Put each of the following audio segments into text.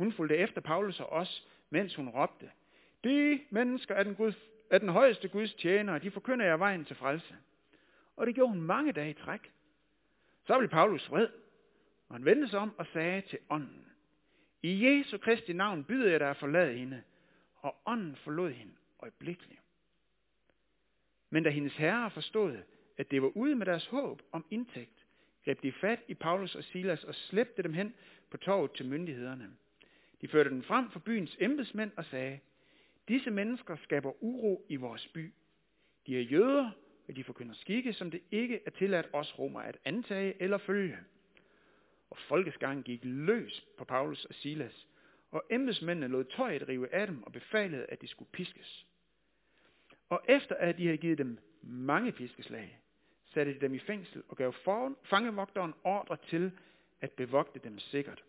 Hun fulgte efter Paulus og os, mens hun råbte: De mennesker er den højeste Guds tjenere, de forkynder jer vejen til frelse. Og det gjorde hun mange dage i træk. Så blev Paulus vred, og han vendte sig om og sagde til ånden: I Jesu Kristi navn byder jeg dig at forlade hende. Og ånden forlod hende øjeblikkeligt. Men da hendes herrer forstod, at det var ude med deres håb om indtægt, greb de fat i Paulus og Silas og slæbte dem hen på torvet til myndighederne. De førte dem frem for byens embedsmænd og sagde: Disse mennesker skaber uro i vores by. De er jøder, og de forkynder skikke, som det ikke er tilladt os romer at antage eller følge. Og folkeskaren gik løs på Paulus og Silas, og embedsmændene lod tøjet rive af dem og befalede, at de skulle piskes. Og efter at de havde givet dem mange piskeslag, satte de dem i fængsel og gav fangevogteren ordre til at bevogte dem sikkert.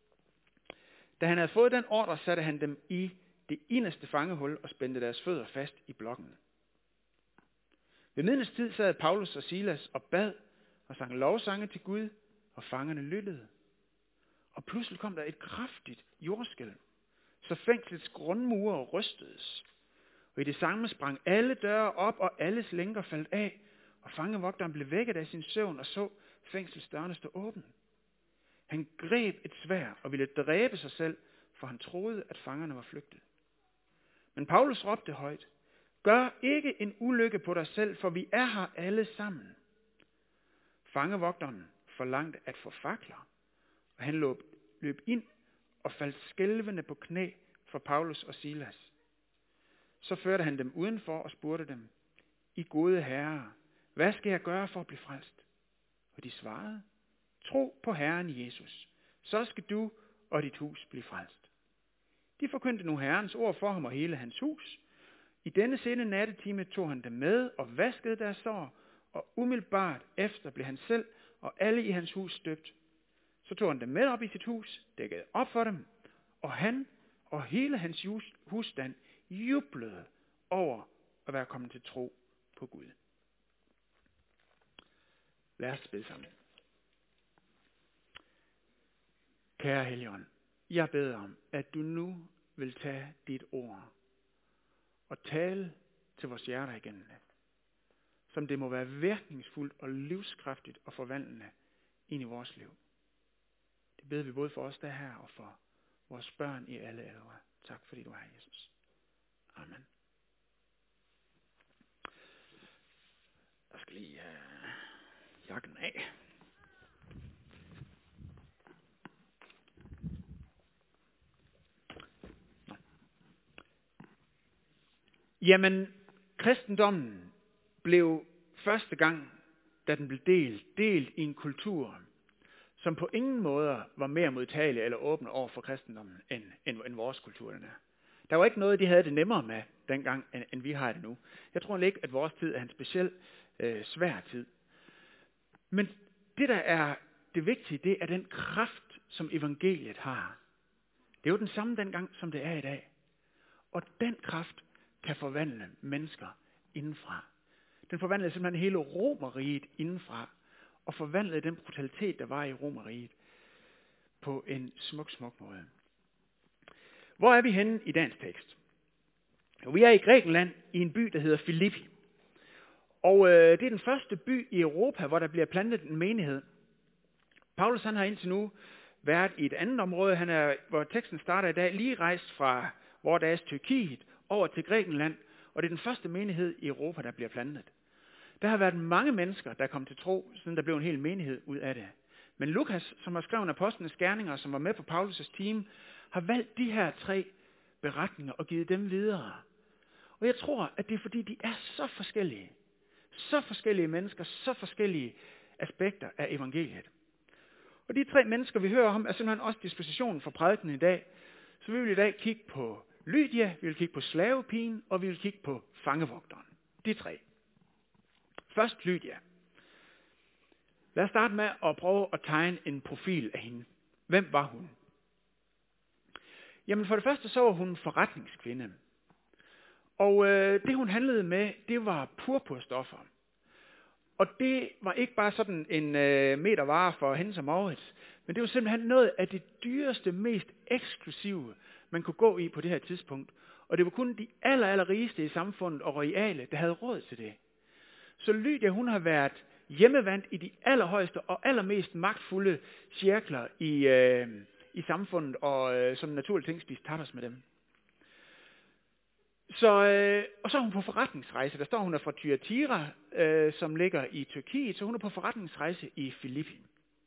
Da han havde fået den ordre, satte han dem i det inderste fangehul og spændte deres fødder fast i blokken. Ved midnatstid sad Paulus og Silas og bad og sang lovsange til Gud, og fangerne lyttede. Og pludselig kom der et kraftigt jordskælv, så fængslets grundmure rystedes. Og i det samme sprang alle døre op, og alles lænker faldt af, og fangevogteren blev vækket af sin søvn og så fængselsdørene stå åbne. Han greb et sværd og ville dræbe sig selv, for han troede, at fangerne var flygtet. Men Paulus råbte højt: Gør ikke en ulykke på dig selv, for vi er her alle sammen. Fangevogteren forlangte at få fakler, og han løb ind og faldt skælvende på knæ for Paulus og Silas. Så førte han dem udenfor og spurgte dem: I gode herrer, hvad skal jeg gøre for at blive frelst? Og de svarede: Tro på Herren Jesus, så skal du og dit hus blive frelst. De forkyndte nu Herrens ord for ham og hele hans hus. I denne sene nattetime tog han dem med og vaskede deres sår, og umiddelbart efter blev han selv og alle i hans hus støbt. Så tog han dem med op i sit hus, dækkede op for dem, og han og hele hans husstand jublede over at være kommet til tro på Gud. Lad os bede sammen. Kære Helligånd, jeg beder om, at du nu vil tage dit ord og tale til vores hjerter igennem det, som det må være virkningsfuldt og livskraftigt og forvandlende ind i vores liv. Det beder vi både for os der her og for vores børn i alle aldre. Tak fordi du er her, Jesus. Amen. Jeg skal lige have jakken af. Jamen, kristendommen blev første gang, da den blev delt i en kultur, som på ingen måder var mere modtagelig eller åben over for kristendommen, end vores kultur den er. Der var ikke noget, de havde det nemmere med dengang, end vi har det nu. Jeg tror ikke, at vores tid er en speciel svær tid. Men det, der er det vigtige, det er den kraft, som evangeliet har. Det er jo den samme dengang, som det er i dag. Og den kraft kan forvandle mennesker indenfra. Den forvandlede simpelthen hele Romerriget indenfra, og forvandlede den brutalitet, der var i Romerriget, på en smuk måde. Hvor er vi henne i dagens tekst? Jo, vi er i Grækenland, i en by, der hedder Filippi. Og det er den første by i Europa, hvor der bliver plantet en menighed. Paulus han har indtil nu været i et andet område, hvor teksten starter i dag, lige rejst fra vores dages Tyrkiet over til Grækenland, og det er den første menighed i Europa, der bliver plantet. Der har været mange mennesker, der kom til tro, siden der blev en hel menighed ud af det. Men Lukas, som har skrevet Apostlenes Gerninger, som var med på Paulus' team, har valgt de her 3 beretninger og givet dem videre. Og jeg tror, at det er fordi, de er så forskellige. Så forskellige mennesker, så forskellige aspekter af evangeliet. Og de 3 mennesker, vi hører om, er simpelthen også dispositionen for prædiken i dag. Så vi vil i dag kigge på Lydia, vi vil kigge på slavepigen, og vi vil kigge på fangevogteren. De 3. Først Lydia. Lad os starte med at prøve at tegne en profil af hende. Hvem var hun? Jamen for det første så var hun en forretningskvinde. Og det hun handlede med, det var purpurstoffer. Og det var ikke bare sådan en meter vare for hende som Maurits, Men det var simpelthen noget af det dyreste, mest eksklusive, man kunne gå i på det her tidspunkt. Og det var kun de aller rigeste i samfundet og royale, der havde råd til det. Så Lydia, hun har været hjemmevandt i de allerhøjeste og allermest magtfulde cirkler i samfundet, og som naturligt ting spist tapas med dem. Og så er hun på forretningsrejse. Der står, hun er fra Thyatira, som ligger i Tyrkiet, så hun er på forretningsrejse i Filippi.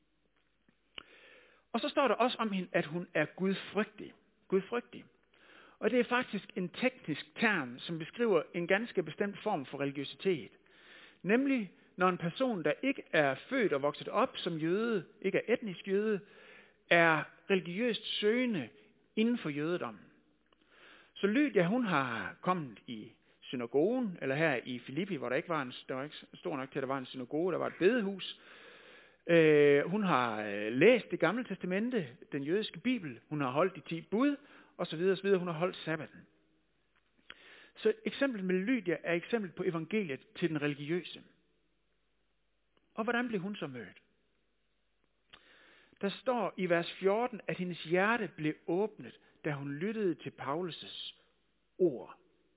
Og så står der også om hende, at hun er gudfrygtig. Og det er faktisk en teknisk term, som beskriver en ganske bestemt form for religiøsitet. Nemlig, når en person, der ikke er født og vokset op som jøde, ikke er etnisk jøde, er religiøst søgende inden for jødedommen. Så Lydia, hun har kommet i synagogen, eller her i Filippi, hvor der var ikke stor nok til, at der var en synagoge, der var et bedehus. Hun har læst det gamle testamente, den jødiske bibel, hun har holdt de 10 bud, osv. Hun har holdt sabbaten. Så eksemplet med Lydia er eksempel på evangeliet til den religiøse. Og hvordan blev hun så mødt? Der står i vers 14, at hendes hjerte blev åbnet, da hun lyttede til Paulus' ord.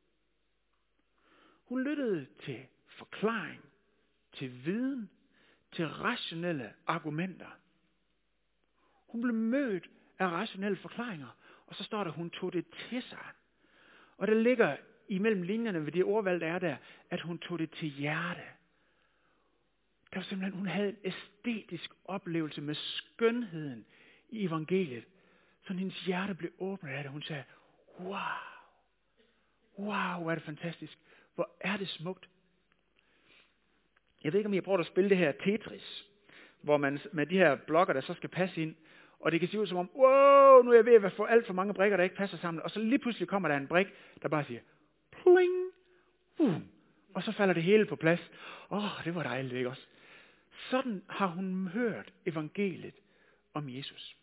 Hun lyttede til forklaring, til viden, til rationelle argumenter. Hun blev mødt af rationelle forklaringer, og så står der, at hun tog det til sig. Og der ligger imellem linjerne ved det ordvalg, der er der, at hun tog det til hjerte. Der var simpelthen, hun havde en æstetisk oplevelse med skønheden i evangeliet. Så hendes hjerte blev åbnet af det. Hun sagde, wow, hvor er det fantastisk. Hvor er det smukt. Jeg ved ikke, om I har prøvet at spille det her Tetris, hvor man med de her blokker, der så skal passe ind, og det kan se ud som om, wow, nu er jeg ved at få alt for mange brikker, der ikke passer sammen, og så lige pludselig kommer der en brik, der bare siger, pling, og så falder det hele på plads. Det var dejligt, ikke også? Sådan har hun hørt evangeliet om Jesus.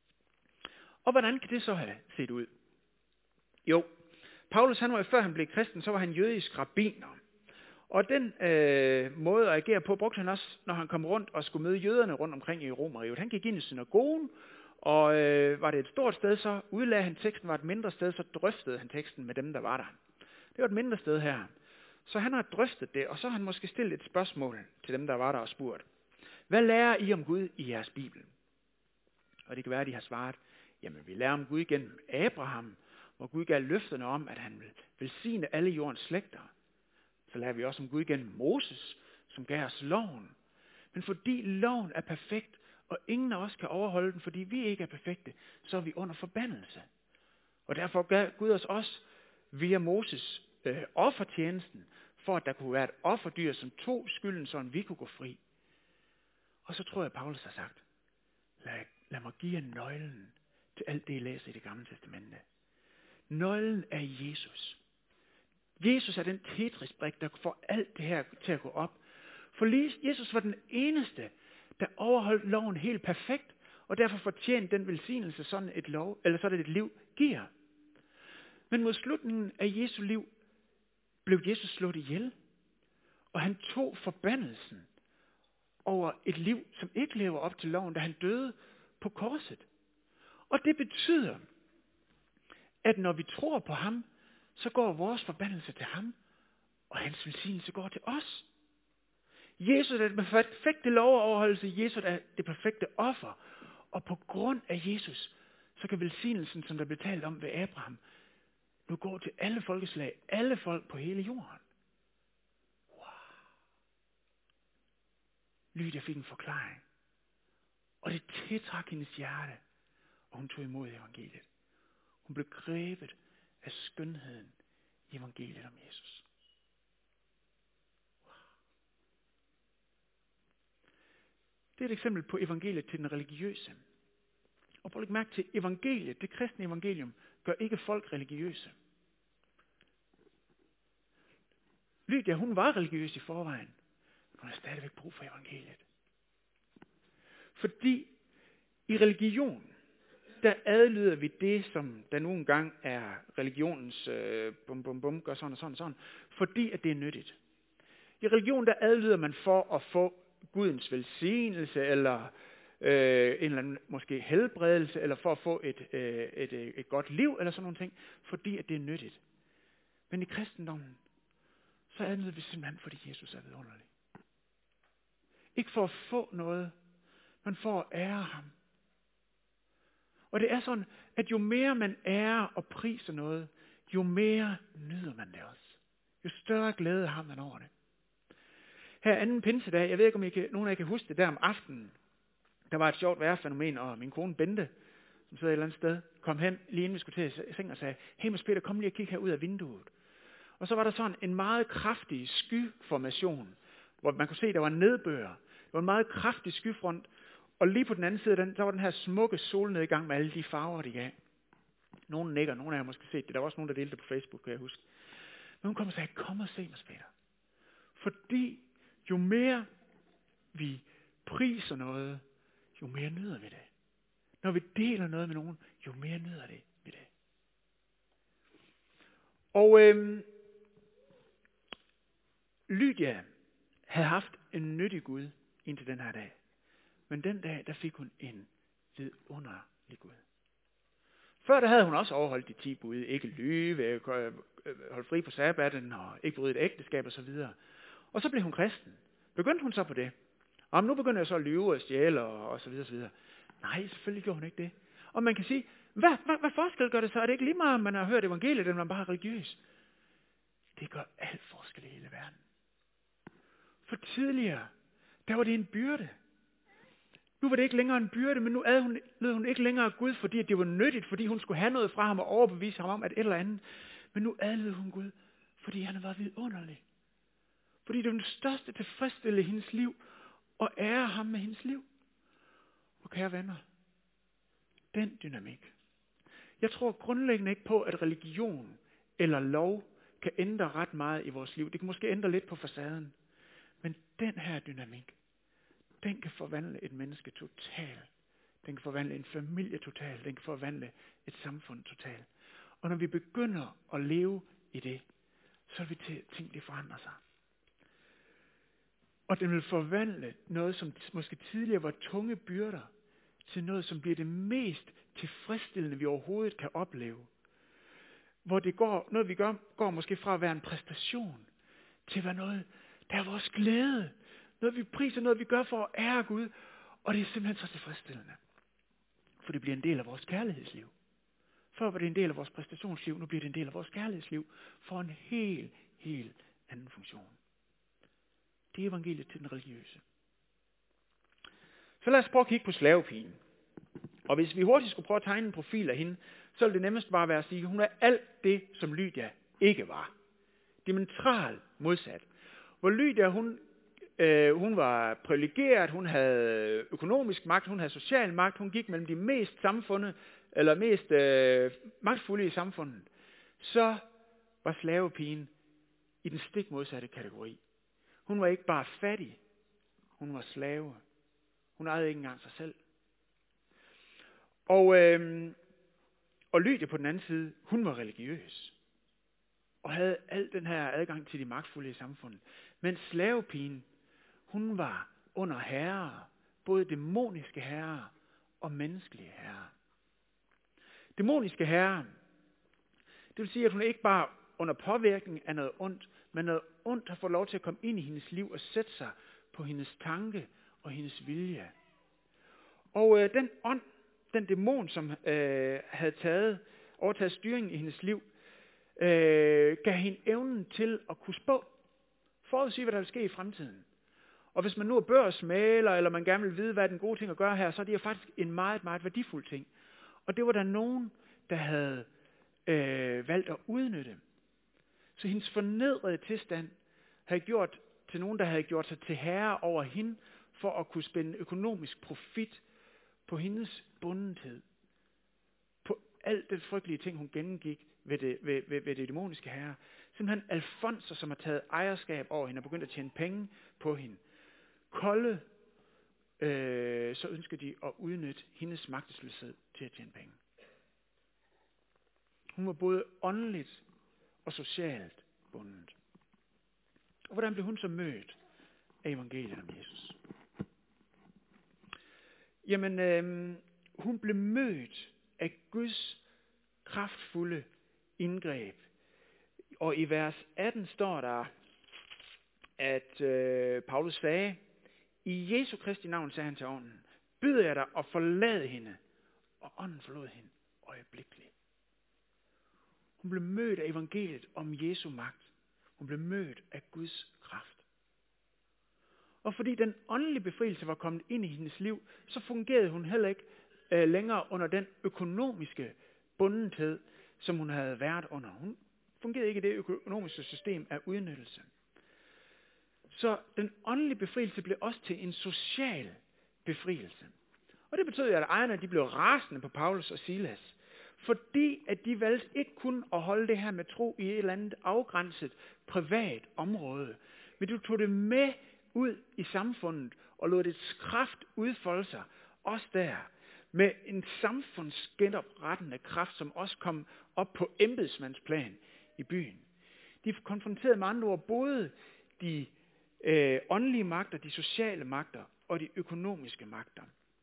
Og hvordan kan det så have set ud? Jo, Paulus, før han blev kristen, så var han jødisk rabbiner. Og den måde at agere på, brugte han også, når han kom rundt og skulle møde jøderne rundt omkring i Romerriget. Han gik ind i synagogen, og var det et stort sted, så udlagde han teksten, var et mindre sted, så drøftede han teksten med dem, der var der. Det var et mindre sted her. Så han har drøftet det, og så har han måske stillet et spørgsmål til dem, der var der og spurgt. Hvad lærer I om Gud i jeres Bibel? Og det kan være, at de har svaret, jamen vi lærer om Gud gennem Abraham, hvor Gud gav løfterne om, at han vil velsigne alle jordens slægter. Så lærer vi også om Gud gennem Moses, som gav os loven. Men fordi loven er perfekt, og ingen af os kan overholde den, fordi vi ikke er perfekte, så er vi under forbandelse. Og derfor gav Gud os også via Moses offertjenesten, for at der kunne være et offerdyr, som tog skylden, så vi kunne gå fri. Og så tror jeg, Paulus har sagt, lad mig give jer nøglen til alt det, I læser i det gamle testamente. Nøglen er Jesus. Jesus er den tetrisbrik, der får alt det her til at gå op. For Jesus var den eneste, der overholdt loven helt perfekt, og derfor fortjente den velsignelse, sådan et liv giver. Men mod slutningen af Jesu liv blev Jesus slået ihjel, og han tog forbandelsen over et liv, som ikke lever op til loven, da han døde på korset. Og det betyder, at når vi tror på ham, så går vores forbandelse til ham, og hans velsignelse går til os. Jesus er det perfekte lovoverholdelse, Jesus er det perfekte offer, og på grund af Jesus, så kan velsignelsen, som der blev talt om ved Abraham, nu gå til alle folkeslag, alle folk på hele jorden. Wow. Lydia fik en forklaring, og det tiltrak hendes hjerte, og hun tog imod evangeliet. Hun blev grebet af skønheden i evangeliet om Jesus. Wow. Det er et eksempel på evangeliet til den religiøse. Og prøv at lægge mærke til, evangeliet, det kristne evangelium, gør ikke folk religiøse. Lydia, hun var religiøs i forvejen, men hun har stadigvæk brug for evangeliet. Fordi i religion, der adlyder vi det, som der nu engang er religionens gør sådan og sådan og sådan, fordi at det er nyttigt. I religion, der adlyder man for at få Gudens velsignelse, eller en eller anden måske helbredelse, eller for at få et godt liv, eller sådan nogle ting, fordi at det er nyttigt. Men i kristendommen, så adlyder vi simpelthen, fordi Jesus er vidunderlig. Ikke for at få noget, men for at ære ham. Og det er sådan, at jo mere man ærer og priser noget, jo mere nyder man det også. Jo større glæde har man over det. Her anden pinsedag, jeg ved ikke, om nogen af jer kan huske det, der om aftenen, der var et sjovt vejrfænomen, og min kone Bente, som sidder et eller andet sted, kom hen, lige inden vi skulle til at seng og sagde, hey Mads Peter, kom lige og kig her ud af vinduet. Og så var der sådan en meget kraftig skyformation, hvor man kunne se, der var nedbør. Det var en meget kraftig skyfront, og lige på den anden side af den, der var den her smukke solnedgang med alle de farver, de gav. Nogle nikker, nogle af jer har måske set det. Der var også nogen, der delte det på Facebook, kan jeg huske. Men hun kom og sagde, kom og se, Mads Peter. Fordi jo mere vi priser noget, jo mere nyder vi det. Når vi deler noget med nogen, jo mere nyder vi det. Og Lydia havde haft en nyttig Gud indtil den her dag. Men den dag, der fik hun en vidunderlig Gud. Før der havde hun også overholdt de 10 bud. Ikke lyve, holde fri på sabbaten, og ikke bryde et ægteskab osv. Og så blev hun kristen. Begyndte hun så på det? Og nu begynder jeg så at lyve og stjæle og så videre, så videre. Nej, selvfølgelig gjorde hun ikke det. Og man kan sige, hvad forskel gør det så? Er det ikke lige meget, om man har hørt evangeliet, eller man bare er religiøs? Det gør alt forskel i hele verden. For tidligere, der var det en byrde. Nu var det ikke længere en byrde, men nu led hun ikke længere Gud, fordi det var nyttigt, fordi hun skulle have noget fra ham og overbevise ham om, at et eller andet. Men nu adlød hun Gud, fordi han var vidunderlig. Fordi det var den største tilfredsstillelse i hendes liv, og ære ham med hendes liv. Og kære venner, den dynamik. Jeg tror grundlæggende ikke på, at religion eller lov kan ændre ret meget i vores liv. Det kan måske ændre lidt på facaden. Men den her dynamik, den kan forvandle et menneske totalt. Den kan forvandle en familie totalt. Den kan forvandle et samfund totalt. Og når vi begynder at leve i det, så vil vi til ting, det forandrer sig. Og den vil forvandle noget, som måske tidligere var tunge byrder, til noget, som bliver det mest tilfredsstillende, vi overhovedet kan opleve. Hvor det går, noget vi gør, går måske fra at være en præstation, til at være noget, der er vores glæde. Noget vi priser, noget vi gør for at ære Gud. Og det er simpelthen så tilfredsstillende. For det bliver en del af vores kærlighedsliv. Før var det en del af vores præstationsliv, nu bliver det en del af vores kærlighedsliv. For en helt anden funktion. Det er evangeliet til den religiøse. Så lad os prøve at kigge på slavepigen. Og hvis vi hurtigt skulle prøve at tegne en profil af hende, så ville det nemmest bare være at sige, at hun er alt det, som Lydia ikke var. Diametralt modsat. Hvor Lydia, hun var privilegeret, hun havde økonomisk magt, hun havde social magt, hun gik mellem de mest magtfulde i samfundet. Så var slavepigen i den stik modsatte kategori. Hun var ikke bare fattig, hun var slave. Hun ejede ikke engang sig selv. Og Lydia på den anden side, hun var religiøs. Og havde al den her adgang til de magtfulde i samfundet. Men slavepigen, hun var under herrer, både dæmoniske herrer og menneskelige herrer. Dæmoniske herrer, det vil sige, at hun ikke bare under påvirkning af noget ondt, men noget ondt har fået lov til at komme ind i hendes liv og sætte sig på hendes tanke og hendes vilje. Og den ånd, den dæmon, som havde overtaget styringen i hendes liv, gav hende evnen til at kunne spå, forudsige, hvad der vil ske i fremtiden. Og hvis man nu er børsmægler, eller man gerne vil vide, hvad er den gode ting at gøre her, så er det jo faktisk en meget, meget værdifuld ting. Og det var der nogen, der havde valgt at udnytte. Så hendes fornedrede tilstand havde gjort til nogen, der havde gjort sig til herre over hende, for at kunne spænde økonomisk profit på hendes bundethed. På alt det frygtelige ting, hun gennemgik ved det dæmoniske herre. Simpelthen alfonser, som har taget ejerskab over hende og begyndt at tjene penge på hende. Kolde, så ønsker de at udnytte hendes magtesløshed til at tjene penge. Hun var både åndeligt og socialt bundet. Og hvordan blev hun så mødt af evangeliet om Jesus? Jamen, hun blev mødt af Guds kraftfulde indgreb. Og i vers 18 står der, at Paulus sagde, i Jesu Kristi navn sagde han til ånden, byder jeg dig at forlade hende. Og ånden forlod hende øjeblikkeligt. Hun blev mødt af evangeliet om Jesu magt. Hun blev mødt af Guds kraft. Og fordi den åndelige befrielse var kommet ind i hendes liv, så fungerede hun heller ikke længere under den økonomiske bundethed, som hun havde været under. Hun fungerede ikke i det økonomiske system af udnyttelse. Så den åndelige befrielse blev også til en social befrielse. Og det betød, at ejerne de blev rasende på Paulus og Silas, fordi at de valgte ikke kun at holde det her med tro i et eller andet afgrænset privat område, men du tog det med ud i samfundet og lod dets kraft udfolde sig, også der, med en samfundsgenoprettende kraft, som også kom op på embedsmandsplan i byen. De konfronterede med andre ord både de åndelige magter, de sociale magter og de økonomiske magter.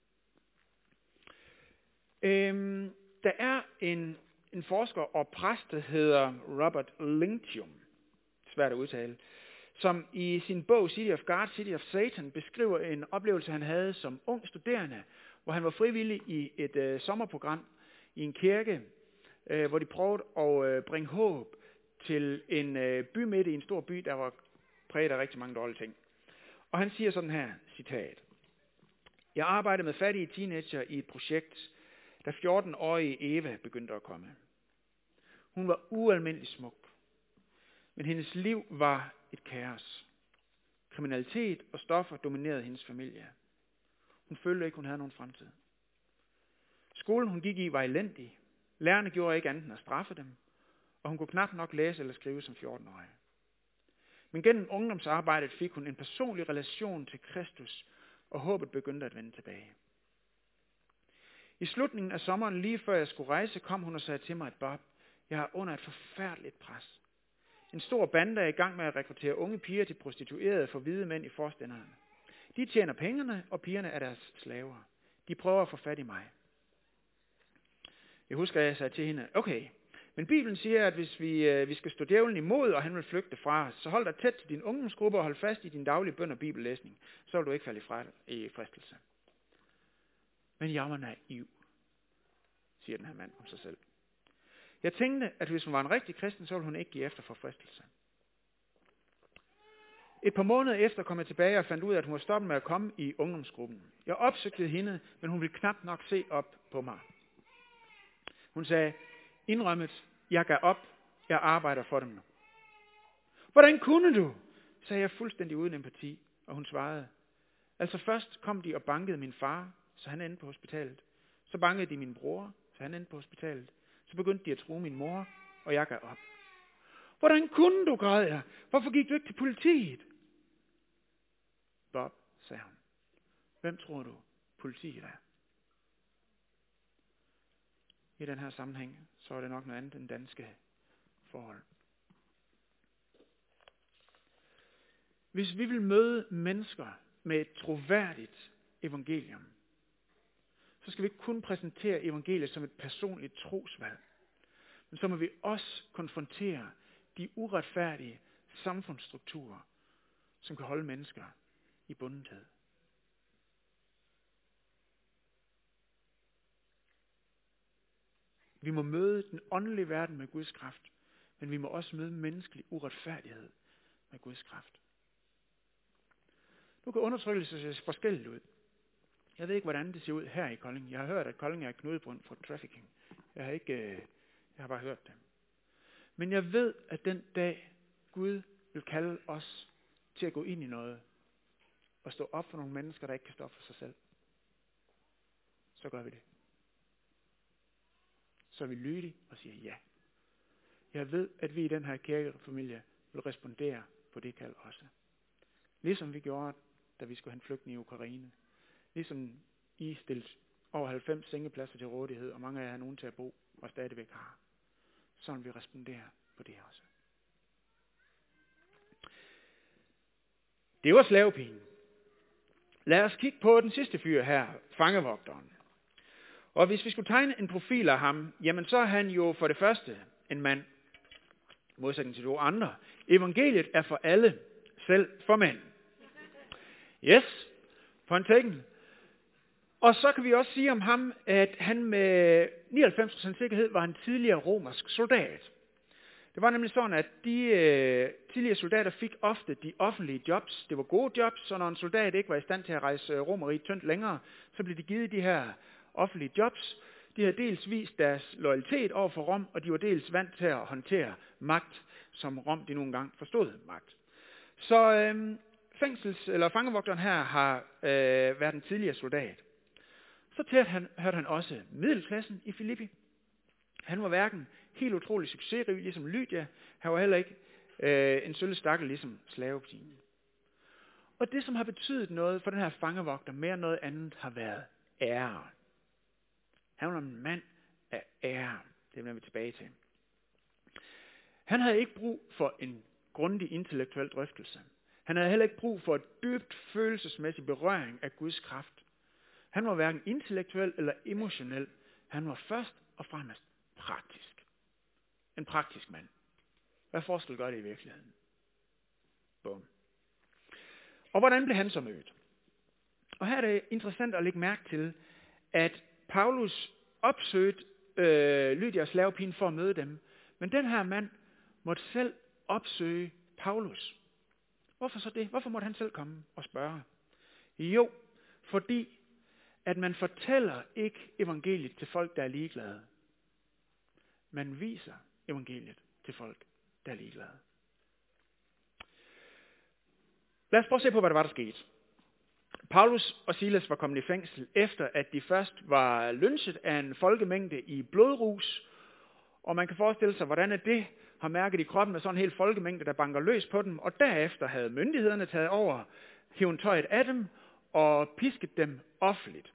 Der er en forsker og præst, der hedder Robert Linthium, svært at udtale, som i sin bog City of God, City of Satan beskriver en oplevelse, han havde som ung studerende, hvor han var frivillig i et sommerprogram i en kirke, hvor de prøvede at bringe håb til en by midt i en stor by, der var præget af rigtig mange dårlige ting. Og han siger sådan her, citat: jeg arbejdede med fattige teenager i et projekt, da 14-årige Eva begyndte at komme. Hun var ualmindelig smuk, men hendes liv var et kaos. Kriminalitet og stoffer dominerede hendes familie. Hun følte ikke, hun havde nogen fremtid. Skolen, hun gik i, var elendig. Lærerne gjorde ikke andet end at straffe dem, og hun kunne knap nok læse eller skrive som 14-årig. Men gennem ungdomsarbejdet fik hun en personlig relation til Kristus, og håbet begyndte at vende tilbage. I slutningen af sommeren, lige før jeg skulle rejse, kom hun og sagde til mig, at Bob, jeg er under et forfærdeligt pres. En stor bande er i gang med at rekruttere unge piger til prostituerede for hvide mænd i forstænderne. De tjener pengene, og pigerne er deres slaver. De prøver at få fat i mig. Jeg husker, at jeg sagde til hende, okay, men Bibelen siger, at hvis vi skal stå djævlen imod, og han vil flygte fra os, så hold dig tæt til din ungdomsgruppe og hold fast i din daglige bøn og bibellæsning. Så vil du ikke falde i fristelse. Men jeg var naiv, siger den her mand om sig selv. Jeg tænkte, at hvis hun var en rigtig kristen, så ville hun ikke give efter for fristelse. Et par måneder efter kom jeg tilbage og fandt ud af, at hun var stoppet med at komme i ungdomsgruppen. Jeg opsøgte hende, men hun ville knap nok se op på mig. Hun sagde, indrømmet, jeg gav op, jeg arbejder for dem nu. Hvordan kunne du? Sagde jeg fuldstændig uden empati, og hun svarede, altså først kom de og bankede min far, så han endte på hospitalet. Så bankede de min bror, så han endte på hospitalet. Så begyndte de at true min mor, og jeg gav op. Hvordan kunne du, græd jeg? Hvorfor gik du ikke til politiet? Bob, sagde hun. Hvem tror du, politiet er? I den her sammenhæng, så er det nok noget andet end danske forhold. Hvis vi vil møde mennesker med et troværdigt evangelium, så skal vi ikke kun præsentere evangeliet som et personligt trosvalg, men så må vi også konfrontere de uretfærdige samfundsstrukturer, som kan holde mennesker i bundethed. Vi må møde den åndelige verden med Guds kraft, men vi må også møde menneskelig uretfærdighed med Guds kraft. Nu kan undertrykkelse se forskelligt ud. Jeg ved ikke, hvordan det ser ud her i Kolding. Jeg har hørt, at Kolding er et knudepunkt for trafficking. Jeg har bare hørt det. Men jeg ved, at den dag Gud vil kalde os til at gå ind i noget og stå op for nogle mennesker, der ikke kan stå op for sig selv, så gør vi det. Så er vi lydige og siger ja. Jeg ved, at vi i den her kirkefamilie vil respondere på det kald også. Ligesom vi gjorde, da vi skulle hente flygtninge i Ukraine. Ligesom I stillede over 90 sengepladser til rådighed, og mange af jer har nogen til at bo, og stadigvæk har. Sådan vi responderer på det også. Det var slavepigen. Lad os kigge på den sidste fyr her, fangevogteren. Og hvis vi skulle tegne en profil af ham, jamen så er han jo for det første en mand, modsætning til 2 andre. Evangeliet er for alle, selv for mænd. Yes, point taken. Og så kan vi også sige om ham, at han med 99% sikkerhed var en tidligere romersk soldat. Det var nemlig sådan, at de tidligere soldater fik ofte de offentlige jobs. Det var gode jobs, så når en soldat ikke var i stand til at rejse Romerriget tyndt længere, så blev de givet de her offentlige jobs. De havde dels vist deres loyalitet over for Rom, og de var dels vant til at håndtere magt, som Rom de nogle gange forstod magt. Så fangevogteren her har været en tidligere soldat. Så hørte han også middelklassen i Filippi. Han var hverken helt utrolig succesrig, ligesom Lydia. Han var heller ikke en sølle stakkel, ligesom slavepigen. Og det, som har betydet noget for den her fangevogter, mere end noget andet, har været ære. Han var en mand af ære. Det vender vi tilbage til. Han havde ikke brug for en grundig intellektuel drøftelse. Han havde heller ikke brug for et dybt følelsesmæssig berøring af Guds kraft. Han var hverken intellektuel eller emotionel. Han var først og fremmest praktisk. En praktisk mand. Hvad forskel gør det i virkeligheden? Bum. Og hvordan blev han så mødt? Og her er det interessant at lægge mærke til, at Paulus opsøgte Lydias slavepigen for at møde dem. Men den her mand måtte selv opsøge Paulus. Hvorfor så det? Hvorfor måtte han selv komme og spørge? Jo, fordi at man fortæller ikke evangeliet til folk, der er ligeglade. Man viser evangeliet til folk, der er ligeglade. Lad os prøve at se på, hvad der var, der skete. Paulus og Silas var kommet i fængsel, efter at de først var lynchet af en folkemængde i blodrus. Og man kan forestille sig, hvordan det har mærket i kroppen med sådan en hel folkemængde, der banker løs på dem. Og derefter havde myndighederne taget over, hævet tøjet af dem og pisket dem offentligt.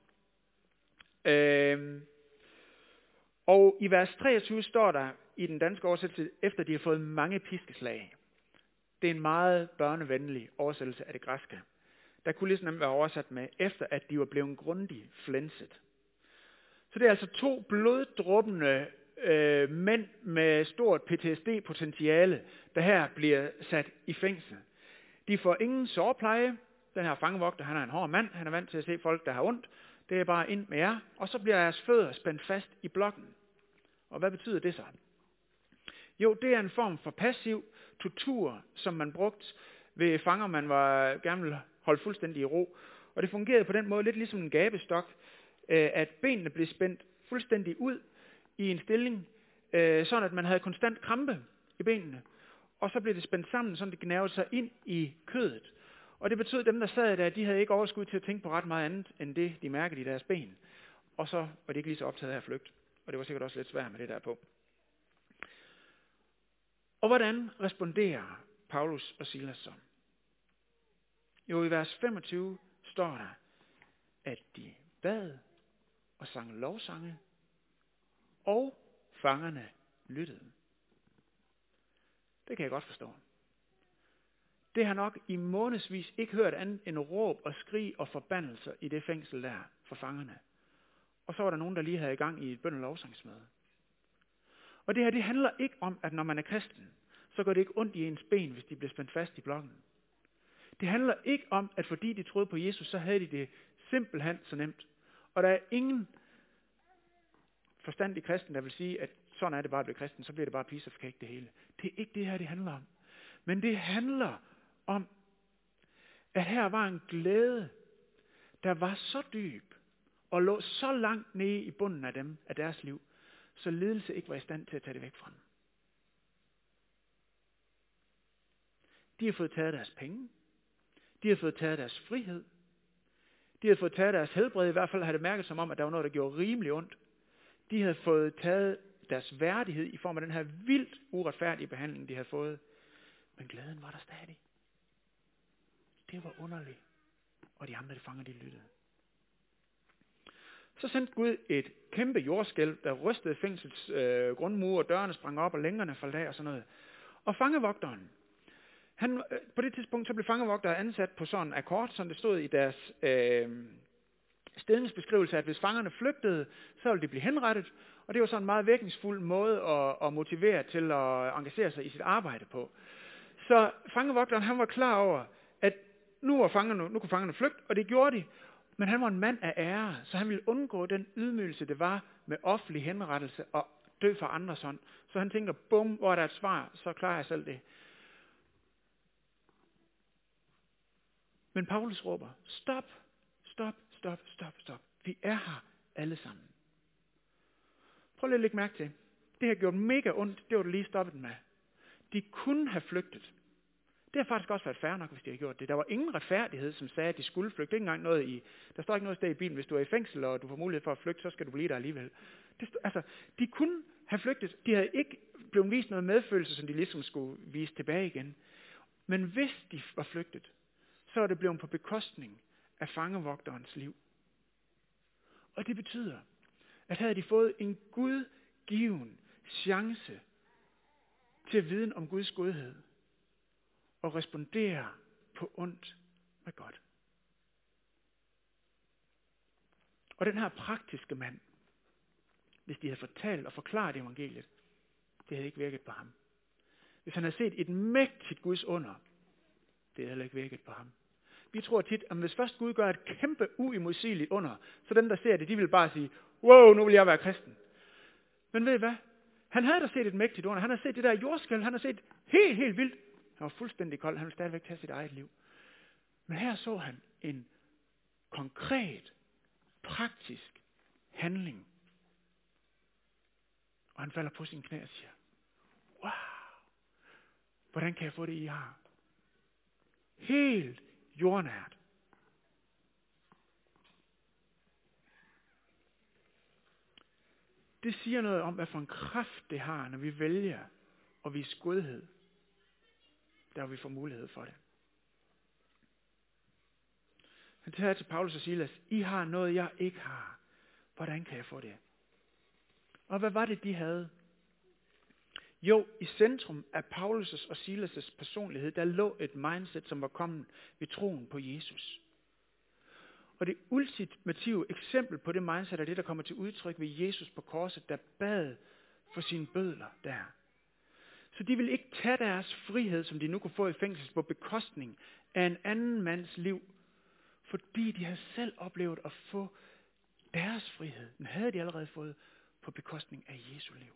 Og i vers 23 står der i den danske oversættelse, efter de har fået mange piskeslag. Det er en meget børnevenlig oversættelse af det græske. Der kunne ligesom være oversat med, efter at de var blevet grundigt flænset. Så det er altså 2 bloddruppende mænd med stort PTSD-potentiale, der her bliver sat i fængsel. De får ingen sårpleje. Den her fangevogter, han er en hård mand. Han er vant til at se folk, der har ondt. Det er bare ind med jer. Og så bliver jeres fødder spændt fast i blokken. Og hvad betyder det så? Jo, det er en form for passiv tortur, som man brugte ved fanger, man gerne ville holde fuldstændig i ro. Og det fungerede på den måde lidt ligesom en gabestok, at benene blev spændt fuldstændig ud i en stilling, sådan at man havde konstant krampe i benene. Og så blev det spændt sammen, så det gnavede sig ind i kødet. Og det betød, at dem, der sad der, de havde ikke overskud til at tænke på ret meget andet, end det, de mærkede i deres ben. Og så var de ikke lige så optaget af at flygte. Og det var sikkert også lidt svært med det der på. Og hvordan responderer Paulus og Silas så? Jo, i vers 25 står der, at de bad og sang lovsange, og fangerne lyttede. Det kan jeg godt forstå. Det har nok i månedsvis ikke hørt andet end råb og skrig og forbandelser i det fængsel der for fangerne. Og så var der nogen, der lige havde i gang i et bøn- og lovsangsmøde. Og det her, det handler ikke om, at når man er kristen, så gør det ikke ondt i ens ben, hvis de bliver spændt fast i blokken. Det handler ikke om, at fordi de troede på Jesus, så havde de det simpelthen så nemt. Og der er ingen forstandig kristen, der vil sige, at sådan er det bare at blive kristen, så bliver det bare piece of cake det hele. Det er ikke det her, det handler om. Men det handler om, at her var en glæde, der var så dyb, og lå så langt nede i bunden af dem, af deres liv, så lidelse ikke var i stand til at tage det væk fra dem. De har fået taget deres penge. De har fået taget deres frihed. De har fået taget deres helbred. I hvert fald har det mærket som om, at der var noget, der gjorde rimelig ondt. De havde fået taget deres værdighed i form af den her vildt uretfærdige behandling, de havde fået. Men glæden var der stadig. Det var underligt. Og de andre, de fanger, de lyttede. Så sendte Gud et kæmpe jordskælv, der rystede fængslets grundmure, og dørene sprang op, og længerne faldt af og sådan noget. Og fangevogteren, På det tidspunkt så blev fangevogtere ansat på sådan en akkord, som det stod i deres stillingsbeskrivelse, at hvis fangerne flygtede, så ville de blive henrettet, og det var sådan en meget virkningsfuld måde at motivere til at engagere sig i sit arbejde på. Så fangevogteren, han var klar over, at nu kunne fangerne flygte, og det gjorde de, men han var en mand af ære, så han ville undgå den ydmygelse, det var med offentlig henrettelse og dø for andres hånd. Så han tænker, bum, hvor er der et svar, så klarer jeg selv det. Men Paulus råber, stop. Vi er her alle sammen. Prøv lige at lægge mærke til. Det har gjort mega ondt, det var du lige stoppet med. De kunne have flygtet. Det har faktisk også været fair nok, hvis de havde gjort det. Der var ingen retfærdighed, som sagde, at de skulle flygte. Det er ikke engang der står ikke noget sted i Bibelen, hvis du er i fængsel, og du får mulighed for at flygte, så skal du blive der alligevel. De kunne have flygtet. De havde ikke blevet vist noget medfølelse, som de ligesom skulle vise tilbage igen. Men hvis de var flygtet, så er det blevet på bekostning af fangevogterens liv. Og det betyder, at havde de fået en gudgiven chance til at vide om Guds godhed, og respondere på ondt med godt. Og den her praktiske mand, hvis de havde fortalt og forklaret evangeliet, det havde ikke virket på ham. Hvis han havde set et mægtigt Guds under, det havde heller ikke virket på ham. Vi tror tit, at hvis først Gud gør et kæmpe uimodsigeligt under, så dem, der ser det, de vil bare sige, wow, nu vil jeg være kristen. Men ved I hvad? Han havde da set et mægtigt under. Han havde set det der jordskælv. Han havde set helt vildt. Han var fuldstændig kold. Han ville stadigvæk tage sit eget liv. Men her så han en konkret, praktisk handling. Og han falder på sine knæ og siger, wow, hvordan kan jeg få det, I har? Helt jordnært. Det siger noget om, hvad for en kraft det har, når vi vælger at vise godhed. Der vi får mulighed for det. Han tager til Paulus og Silas, I har noget, jeg ikke har. Hvordan kan jeg få det? Og hvad var det, de havde? Jo, i centrum af Paulus' og Silas' personlighed, der lå et mindset, som var kommet ved troen på Jesus. Og det ultimative eksempel på det mindset er det, der kommer til udtryk ved Jesus på korset, der bad for sine bødler der. Så de ville ikke tage deres frihed, som de nu kunne få i fængsel, på bekostning af en anden mands liv, fordi de havde selv oplevet at få deres frihed. Den havde de allerede fået på bekostning af Jesu liv.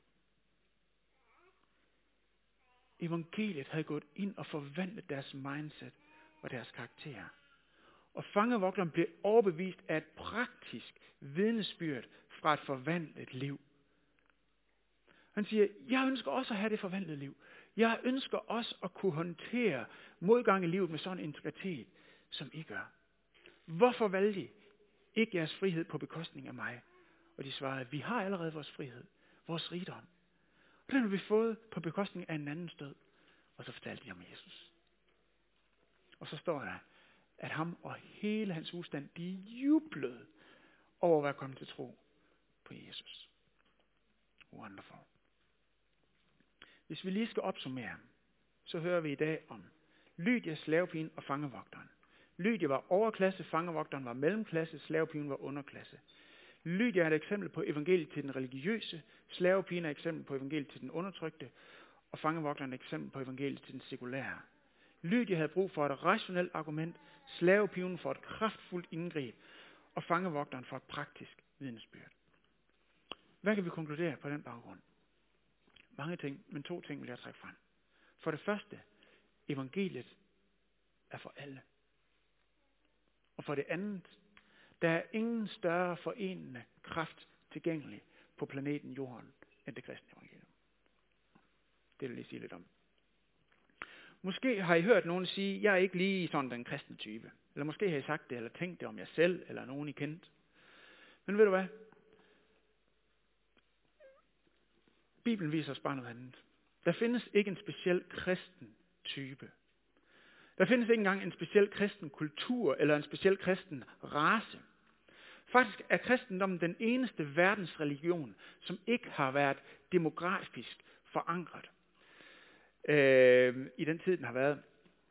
Evangeliet havde gået ind og forvandlet deres mindset og deres karakter. Og fangevogteren blev overbevist af et praktisk vidnesbyrd fra et forvandlet liv. Han siger, jeg ønsker også at have det forvandlede liv. Jeg ønsker også at kunne håndtere modgang i livet med sådan en integritet, som I gør. Hvorfor valgte I ikke jeres frihed på bekostning af mig? Og de svarede, vi har allerede vores frihed, vores rigdom. Og den har vi fået på bekostning af en andens død. Og så fortalte de om Jesus. Og så står der, at ham og hele hans husstand, de jublede over at være kommet til tro på Jesus. Wonderful. Hvis vi lige skal opsummere, så hører vi i dag om Lydia, slavepigen og fangevogteren. Lydia var overklasse, fangevogteren var mellemklasse, slavepigen var underklasse. Lydia er et eksempel på evangeliet til den religiøse, slavepigen er et eksempel på evangeliet til den undertrykte, og fangevogteren er et eksempel på evangeliet til den sekulære. Lydia havde brug for et rationelt argument, slavepigen for et kraftfuldt indgreb, og fangevogteren for et praktisk vidnesbyrd. Hvad kan vi konkludere på den baggrund? Mange ting, men 2 ting vil jeg trække frem. For det første, evangeliet er for alle. Og for det andet, der er ingen større forenende kraft tilgængelig på planeten Jorden end det kristne evangelium. Det vil jeg lige sige lidt om. Måske har I hørt nogen sige, jeg er ikke lige sådan den kristne type. Eller måske har I sagt det, eller tænkt det om jer selv, eller nogen I kendt. Men ved du hvad? Bibelen viser os bare noget andet. Der findes ikke en speciel kristen type. Der findes ikke engang en speciel kristen kultur, eller en speciel kristen race. Faktisk er kristendommen den eneste verdensreligion, som ikke har været demografisk forankret i den tid, den har været.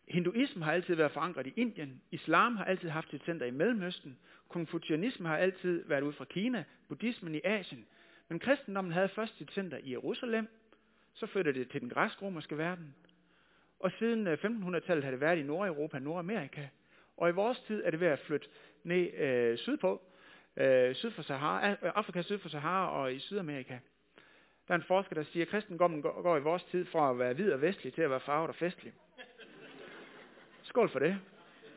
Hinduisme har altid været forankret i Indien. Islam har altid haft et center i Mellemøsten. Konfucianisme har altid været ud fra Kina. Buddhismen i Asien. Men kristendommen havde først sit center i Jerusalem. Så flyttede det til den græsk-romerske verden. Og siden 1500-tallet har det været i Nordeuropa og Nordamerika. Og i vores tid er det ved at flytte ned sydpå. Syd for Sahara, Afrika syd for Sahara og i Sydamerika. Der er en forsker, der siger, at kristendommen går i vores tid fra at være hvid og vestlig til at være farvet og festlig. Skål for det.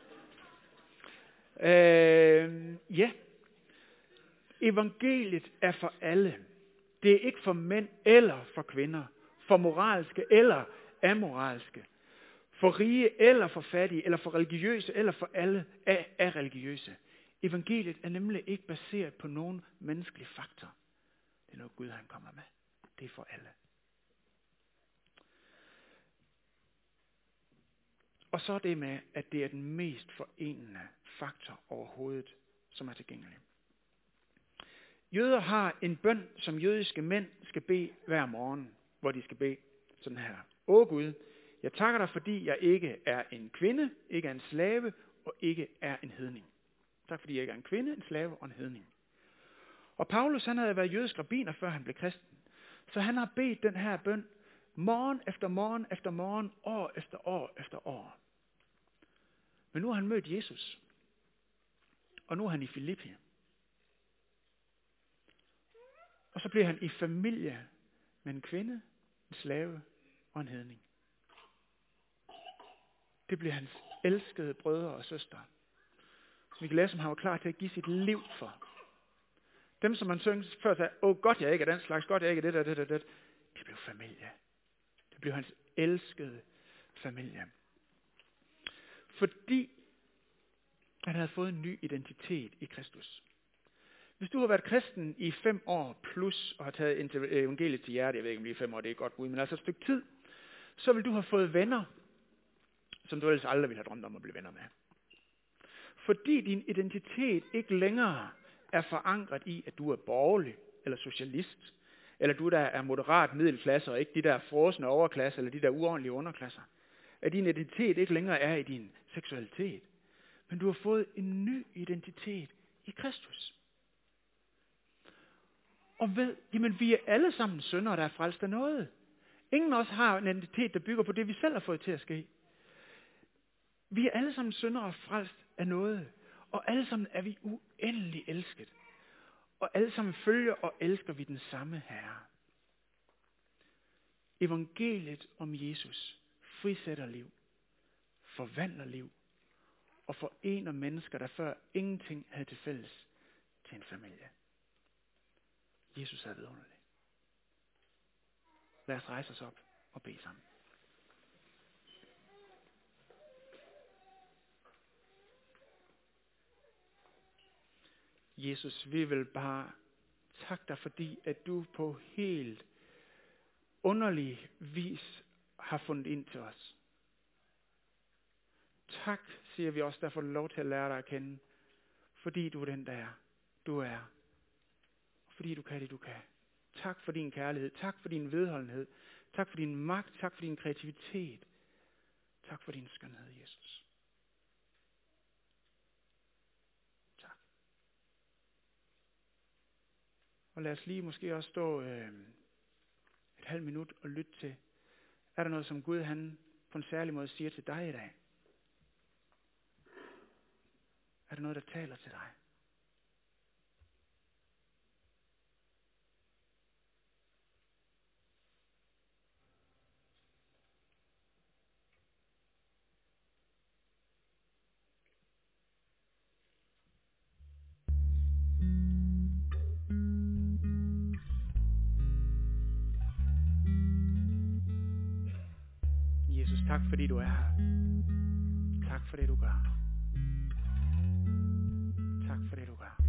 Ja. Evangeliet er for alle. Det er ikke for mænd eller for kvinder. For moralske eller amoralske. For rige eller for fattige. Eller for religiøse eller for alle af religiøse. Evangeliet er nemlig ikke baseret på nogen menneskelig faktor. Det er noget Gud, han kommer med. Det er for alle. Og så er det med, at det er den mest forenende faktor overhovedet, som er tilgængelig. Jøder har en bøn, som jødiske mænd skal bede hver morgen, hvor de skal bede sådan her. Åh Gud, jeg takker dig, fordi jeg ikke er en kvinde, ikke er en slave og ikke er en hedning. Tak fordi jeg ikke er en kvinde, en slave og en hedning. Og Paulus, han havde været jødisk rabbiner, før han blev kristen. Så han har bedt den her bøn morgen efter morgen efter morgen, år efter år efter år. Men nu har han mødt Jesus. Og nu er han i Filippi. Og så bliver han i familie med en kvinde, en slave og en hedning. Det bliver hans elskede brødre og søstre. Vi kan læse, om han var klar til at give sit liv for. Dem, som man synger før sagde, godt jeg ikke er den slags, godt jeg ikke er det. Det blev familie. Det blev hans elskede familie. Fordi han havde fået en ny identitet i Kristus. Hvis du har været kristen i 5 år plus, og har taget evangeliet til hjerte, jeg ved ikke om lige 5 år, det er et godt bud, men altså et stykke tid, så vil du have fået venner, som du ellers aldrig ville have drømt om at blive venner med. Fordi din identitet ikke længere er forankret i, at du er borgerlig eller socialist, eller du der er moderat middelklasse, og ikke de der frosne overklasse, eller de der uordentlige underklasser. At din identitet ikke længere er i din seksualitet, men du har fået en ny identitet i Kristus. Og ved, jamen vi er alle sammen syndere, der er frelst af noget. Ingen af os har en identitet, der bygger på det, vi selv har fået til at ske. Vi er alle sammen syndere og frelst af noget. Og alle sammen er vi uendelig elsket. Og alle sammen følger og elsker vi den samme Herre. Evangeliet om Jesus frisætter liv, forvandler liv, og forener mennesker, der før ingenting havde til fælles, til en familie. Jesus er vidunderlig. Lad os rejse os op og bede sammen. Jesus, vi vil bare takke dig, fordi at du på helt underlig vis har fundet ind til os. Tak, siger vi også, der får lov til at lære dig at kende, fordi du er den, der er. Du er. Fordi du kan det, du kan. Tak for din kærlighed. Tak for din vedholdenhed. Tak for din magt. Tak for din kreativitet. Tak for din skønhed, Jesus. Tak. Og lad os lige måske også stå et halvt minut og lytte til, er der noget, som Gud han på en særlig måde siger til dig i dag? Er der noget, der taler til dig? Jesus, tak fordi du er her. Tak for det, du gør. Tak for det, du gør.